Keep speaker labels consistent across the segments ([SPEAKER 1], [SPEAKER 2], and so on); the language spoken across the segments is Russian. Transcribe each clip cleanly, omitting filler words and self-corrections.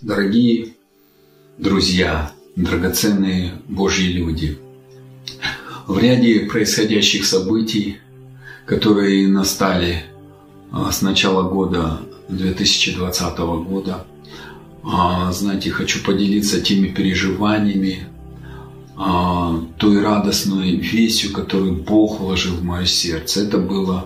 [SPEAKER 1] Дорогие друзья, драгоценные Божьи люди, в ряде происходящих событий, которые настали с начала года 2020 года, знаете, хочу поделиться теми переживаниями, той радостной вестью, которую Бог вложил в мое сердце. Это было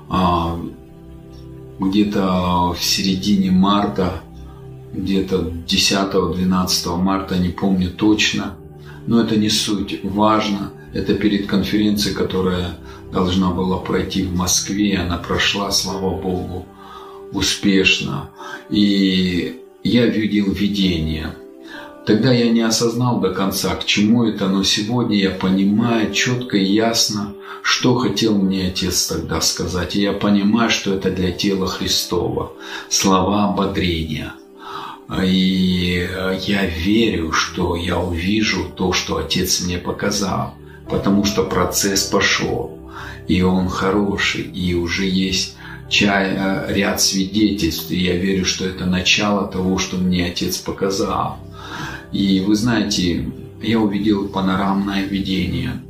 [SPEAKER 1] где-то в середине марта, где-то 10-12 марта, не помню точно, но это не суть, важно. Это перед конференцией, которая должна была пройти в Москве, она прошла, слава Богу, успешно. И я видел видение. Тогда я не осознал до конца, к чему это, но сегодня я понимаю четко и ясно, что хотел мне Отец тогда сказать. И я понимаю, что это для тела Христова. Слова ободрения. И я верю, что я увижу то, что Отец мне показал. Потому что процесс пошел. И он хороший. И уже есть ряд свидетельств. И я верю, что это начало того, что мне Отец показал. И вы знаете, я увидел панорамное видение.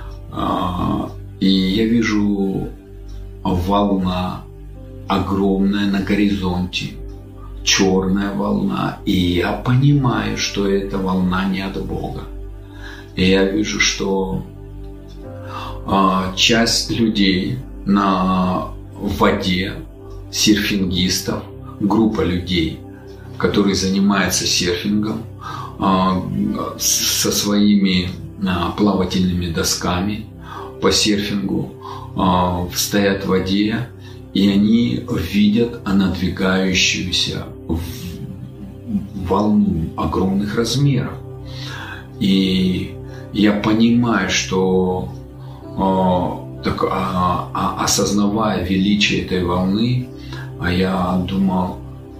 [SPEAKER 1] И я вижу волна огромная на горизонте. Черная волна. И я понимаю, что эта волна не от Бога. И я вижу, что часть людей на воде, серфингистов, группа людей, которые занимаются серфингом, со своими плавательными досками по серфингу, стоят в воде, и они видят надвигающуюся волну огромных размеров. И я понимаю, что осознавая величие этой волны, я думал,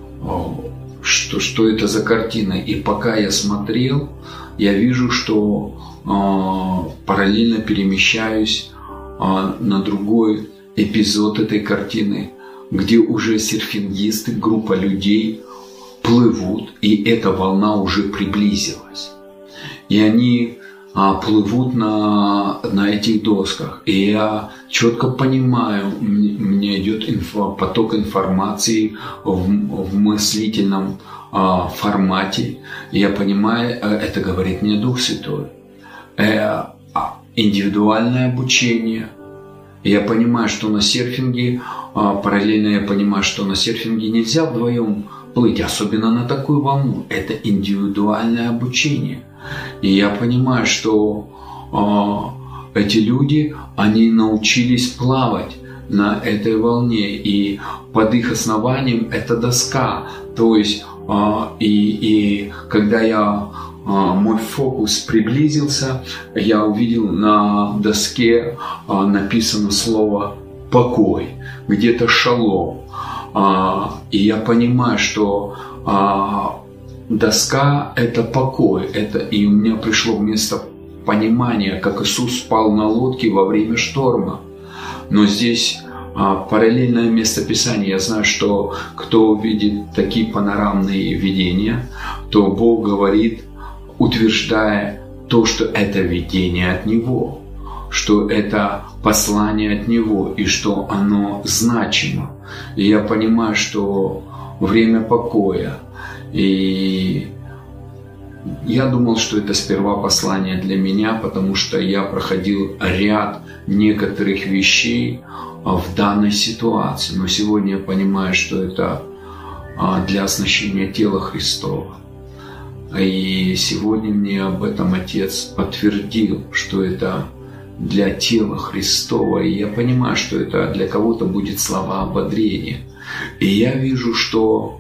[SPEAKER 1] что это за картина. И пока я смотрел, я вижу, что параллельно перемещаюсь на другой эпизод этой картины, где уже серфингисты, группа людей плывут, и эта волна уже приблизилась. И они плывут на этих досках. И я четко понимаю, мне идет поток информации в мыслительном формате. И я понимаю, это говорит мне Дух Святой. Индивидуальное обучение. И я понимаю, что на серфинге, параллельно я понимаю, что на серфинге нельзя вдвоем плыть, особенно на такую волну. Это индивидуальное обучение. И я понимаю, что эти люди, они научились плавать на этой волне. И под их основанием это доска. То есть, и когда мой фокус приблизился, я увидел на доске написано слово «покой», где-то «шалом». И я понимаю, что доска – это покой. И у меня пришло вместо понимания, как Иисус спал на лодке во время шторма. Но здесь параллельное местописание. Я знаю, что кто видит такие панорамные видения, то Бог говорит, утверждая то, что это видение от Него, что это послание от Него и что оно значимо. И я понимаю, что время покоя. И я думал, что это сперва послание для меня, потому что я проходил ряд некоторых вещей в данной ситуации. Но сегодня я понимаю, что это для оснащения тела Христова. И сегодня мне об этом Отец подтвердил, что это для тела Христова. И я понимаю, что это для кого-то будет слова ободрения. И я вижу, что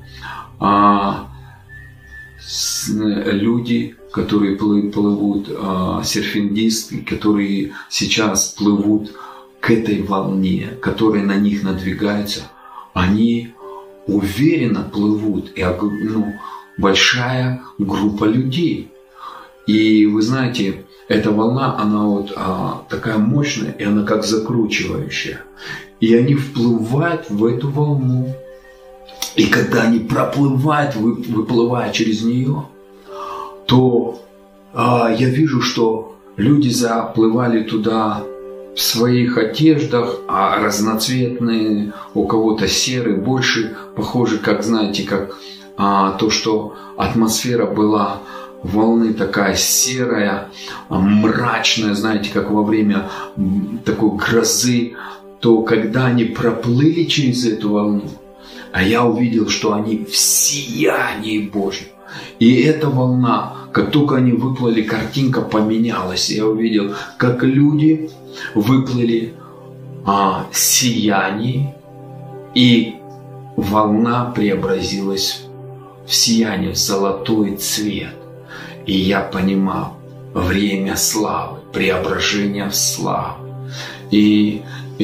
[SPEAKER 1] люди, которые плывут, серфингисты, которые сейчас плывут к этой волне, которая на них надвигается, они уверенно плывут. И большая группа людей. И вы знаете, эта волна, она такая мощная, и она как закручивающая. И они вплывают в эту волну. И когда они проплывают, выплывая через нее, то я вижу, что люди заплывали туда в своих одеждах, а разноцветные, у кого-то серые, больше похожи, как, знаете, как то, что атмосфера была волны такая серая, мрачная, знаете, как во время такой грозы, то когда они проплыли через эту волну, а я увидел, что они в сиянии Божьем. И эта волна, как только они выплыли, картинка поменялась. Я увидел, как люди выплыли в сиянии, и волна преобразилась в сияние, в золотой цвет. И я понимал, время славы, преображение в славу. И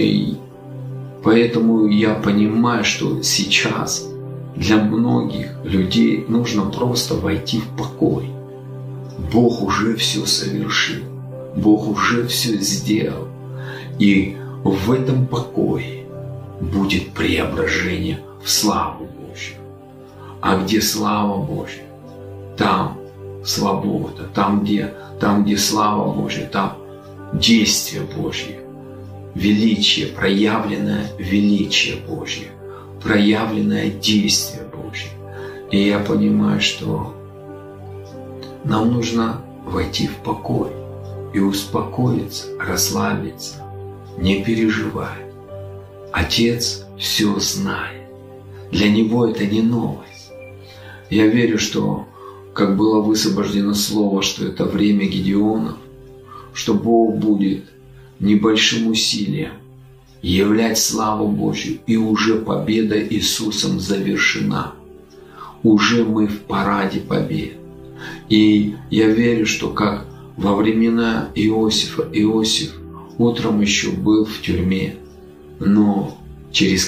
[SPEAKER 1] поэтому я понимаю, что сейчас для многих людей нужно просто войти в покой. Бог уже все совершил. Бог уже все сделал. И в этом покое будет преображение в славу Божью. А где слава Божья, там свобода. Там, где слава Божья, там действие Божье. Величие, проявленное величие Божье, проявленное действие Божье. И я понимаю, что нам нужно войти в покой и успокоиться, расслабиться, не переживать. Отец все знает. Для Него это не новость. Я верю, что, как было высвобождено слово, что это время Гедеонов, что Бог будет небольшим усилием являть славу Божью, и уже победа Иисусом завершена. Уже мы в параде побед. И я верю, что как во времена Иосифа, Иосиф утром еще был в тюрьме, но через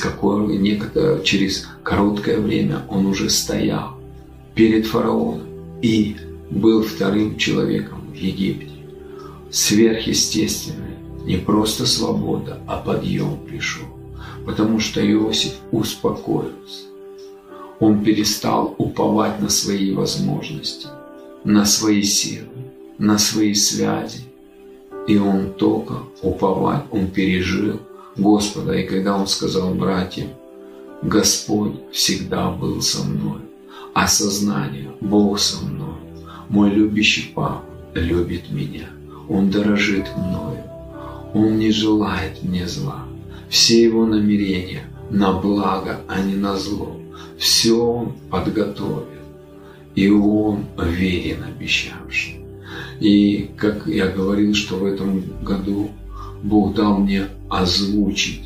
[SPEAKER 1] короткое время он уже стоял перед фараоном и был вторым человеком в Египте. Сверхъестественное. Не просто свобода, а подъем пришел. Потому что Иосиф успокоился. Он перестал уповать на свои возможности, на свои силы, на свои связи. И он только уповать, он пережил Господа. И когда он сказал братьям, Господь всегда был со мной. Осознание, Бог со мной. Мой любящий Папа любит меня. Он дорожит мною. Он не желает мне зла. Все его намерения на благо, а не на зло. Все он подготовил. И он верен обещавший. И как я говорил, что в этом году Бог дал мне озвучить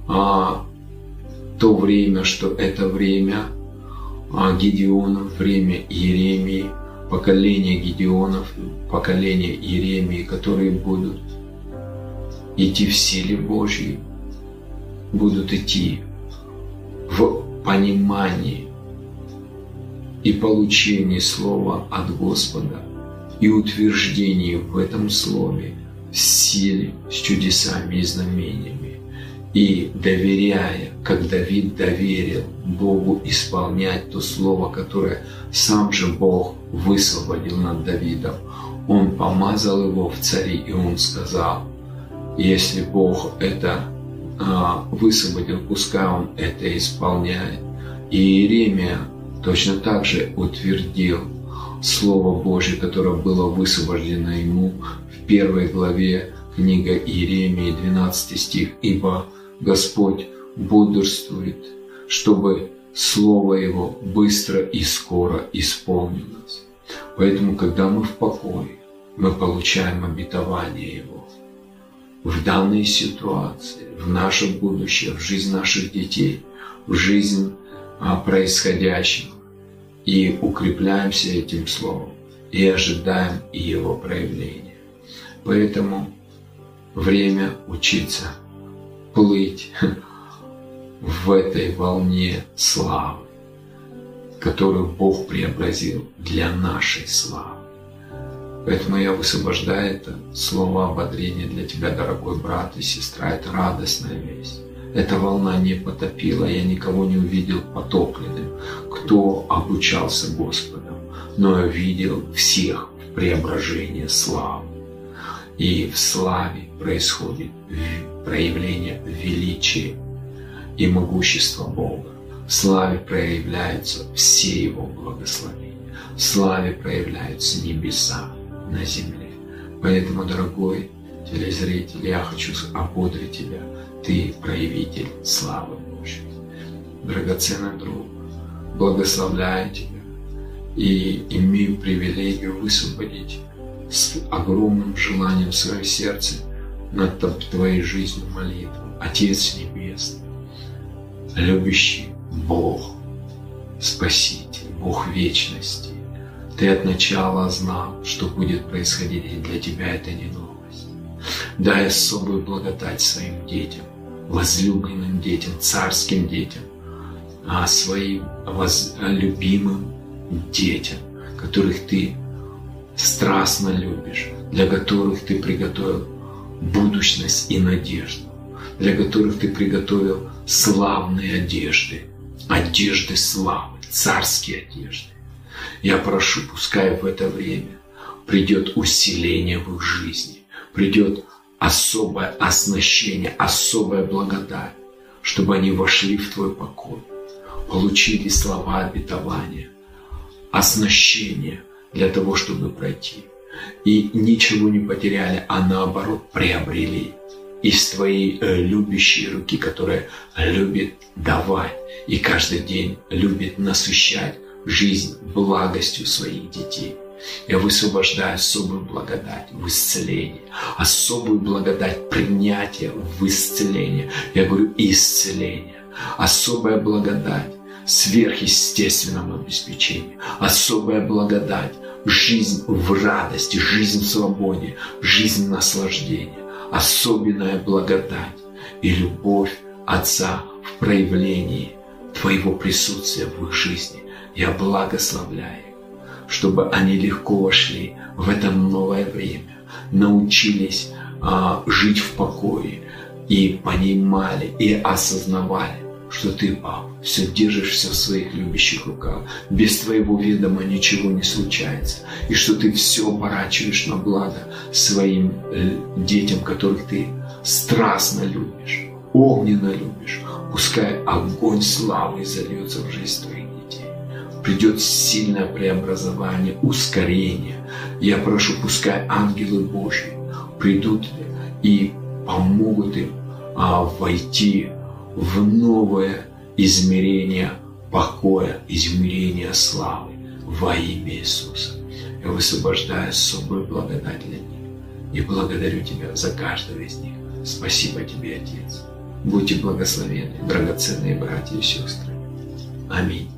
[SPEAKER 1] то время, что это время Гедеонов, время Иеремии, поколение Гедеонов, поколение Иеремии, которые будут идти в силе Божьей, будут идти в понимании и получении Слова от Господа и утверждении в этом Слове в силе, с чудесами и знамениями, и доверяя, как Давид доверил Богу исполнять то Слово, которое сам же Бог высвободил над Давидом. Он помазал его в цари, и он сказал, если Бог это высвободил, пускай он это исполняет. И Иеремия точно так же утвердил Слово Божье, которое было высвобождено ему в 1 главе книга Иеремии, 12 стих. «Ибо Господь бодрствует, чтобы Слово Его быстро и скоро исполнилось». Поэтому, когда мы в покое, мы получаем обетование Его. В данной ситуации, в наше будущее, в жизнь наших детей, в жизнь происходящего. И укрепляемся этим Словом, и ожидаем его проявления. Поэтому время учиться плыть в этой волне славы, которую Бог преобразил для нашей славы. Поэтому я высвобождаю это слово ободрения для тебя, дорогой брат и сестра. Это радостная весть. Эта волна не потопила, я никого не увидел потопленным, кто обучался Господом, но я видел всех в преображении славы. И в славе происходит проявление величия и могущества Бога. В славе проявляются все Его благословения. В славе проявляются небеса на земле. Поэтому, дорогой телезритель, я хочу ободрить тебя. Ты проявитель славы Божьей. Драгоценный друг, благословляю тебя и имею привилегию высвободить с огромным желанием в своем сердце над твоей жизнью молитву. Отец Небесный, любящий Бог, Спаситель, Бог вечности, Ты от начала знал, что будет происходить, и для Тебя это не новость. Дай особую благодать своим детям, возлюбленным детям, царским детям, своим любимым детям, которых Ты страстно любишь, для которых Ты приготовил будущность и надежду, для которых Ты приготовил славные одежды, одежды славы, царские одежды. Я прошу, пускай в это время придет усиление в их жизни, придет особое оснащение, особая благодать, чтобы они вошли в Твой покой, получили слова обетования, оснащение для того, чтобы пройти. И ничего не потеряли, а наоборот приобрели из Твоей любящей руки, которая любит давать и каждый день любит насыщать жизнь благостью своих детей. Я высвобождаю особую благодать в исцелении, особую благодать принятия в исцеление. Я говорю исцеление, особая благодать в сверхъестественном обеспечении, особая благодать, жизнь в радости, жизнь в свободе, жизнь в наслаждении, особенная благодать и любовь Отца в проявлении Твоего присутствия в их жизни. Я благословляю их, чтобы они легко вошли в это новое время, научились жить в покое и понимали и осознавали, что Ты, Папа, все держишь все в своих любящих руках. Без Твоего ведома ничего не случается. И что Ты все оборачиваешь на благо своим детям, которых Ты страстно любишь, огненно любишь. Пускай огонь славы зальется в жизнь Твоих детей. Придет сильное преобразование, ускорение. Я прошу, пускай ангелы Божьи придут и помогут им войти в новое измерение покоя, измерение славы во имя Иисуса. Я высвобождаю особую благодать для них и благодарю Тебя за каждого из них. Спасибо Тебе, Отец. Будьте благословенны, драгоценные братья и сестры. Аминь.